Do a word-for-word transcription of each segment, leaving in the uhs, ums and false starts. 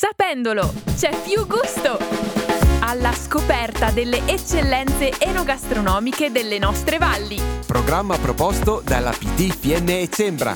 Sapendolo, c'è più gusto! Alla scoperta delle eccellenze enogastronomiche delle nostre valli. Programma proposto dalla P T F N e Sembra.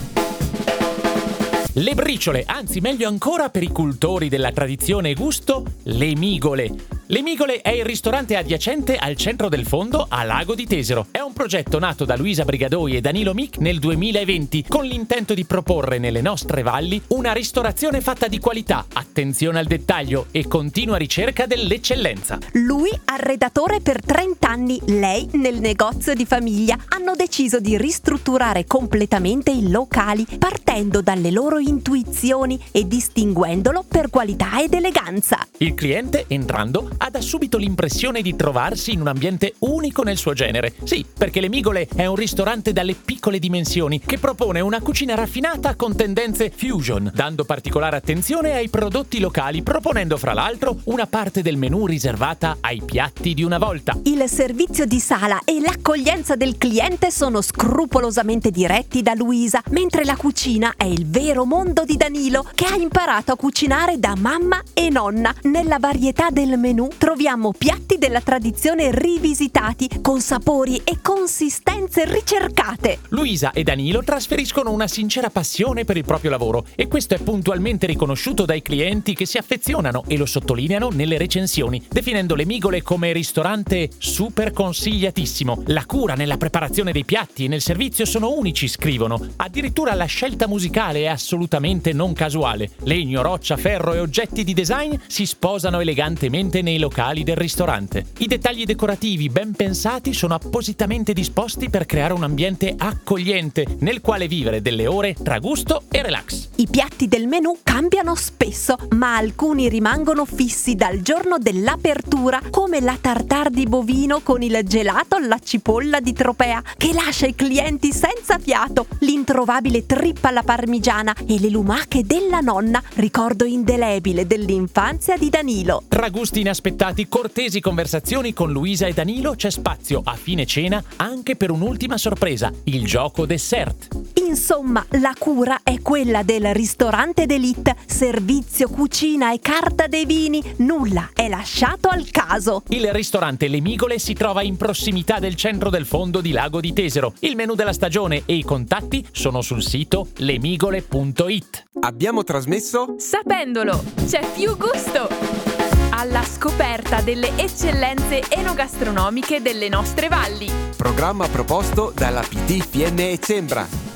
Le briciole, anzi meglio ancora per i cultori della tradizione e gusto, le migole. Le Migole è il ristorante adiacente al centro del fondo a Lago di Tesero. È un progetto nato da Luisa Brigadoi e Danilo Mick nel duemilaventi con l'intento di proporre nelle nostre valli una ristorazione fatta di qualità, attenzione al dettaglio e continua ricerca dell'eccellenza. Lui arredatore per trenta anni, lei nel negozio di famiglia. Hanno deciso di ristrutturare completamente i locali partendo dalle loro intuizioni e distinguendolo per qualità ed eleganza. Il cliente, entrando, ha da subito l'impressione di trovarsi in un ambiente unico nel suo genere. Sì, perché Le Migole è un ristorante dalle piccole dimensioni che propone una cucina raffinata con tendenze fusion, dando particolare attenzione ai prodotti locali, proponendo fra l'altro una parte del menù riservata ai piatti di una volta. Il servizio di sala e l'accoglienza del cliente sono scrupolosamente diretti da Luisa, mentre la cucina è il vero mondo di Danilo, che ha imparato a cucinare da mamma e nonna. Nella varietà del menù troviamo piatti della tradizione rivisitati con sapori e consistenze ricercate. Luisa e Danilo trasferiscono una sincera passione per il proprio lavoro e questo è puntualmente riconosciuto dai clienti che si affezionano e lo sottolineano nelle recensioni, definendo Le Migole come ristorante super consigliatissimo. La cura nella preparazione dei piatti e nel servizio sono unici, scrivono. Addirittura la scelta musicale è assolutamente non casuale. Legno, roccia, ferro e oggetti di design si sposano elegantemente nei locali del ristorante. I dettagli decorativi ben pensati sono appositamente disposti per creare un ambiente accogliente nel quale vivere delle ore tra gusto e relax. I piatti del menù cambiano spesso, ma alcuni rimangono fissi dal giorno dell'apertura, come la tartare di bovino con il gelato alla cipolla di Tropea, che lascia i clienti senza fiato, l'introvabile trippa alla parmigiana e le lumache della nonna, ricordo indelebile dell'infanzia di Danilo. Tra gusti inaspettati, cortesi conversazioni con Luisa e Danilo, c'è spazio a fine cena anche per un'ultima sorpresa, il gioco dessert. Insomma, la cura è quella del ristorante d'élite, servizio, cucina e carta dei vini, nulla è lasciato al caso. Il ristorante Le Migole si trova in prossimità del centro del fondo di Lago di Tesero. Il menù della stagione e i contatti sono sul sito lemigole punto it. Abbiamo trasmesso Sapendolo, c'è più gusto! Alla scoperta delle eccellenze enogastronomiche delle nostre valli. Programma proposto dalla P T F N e Sembra.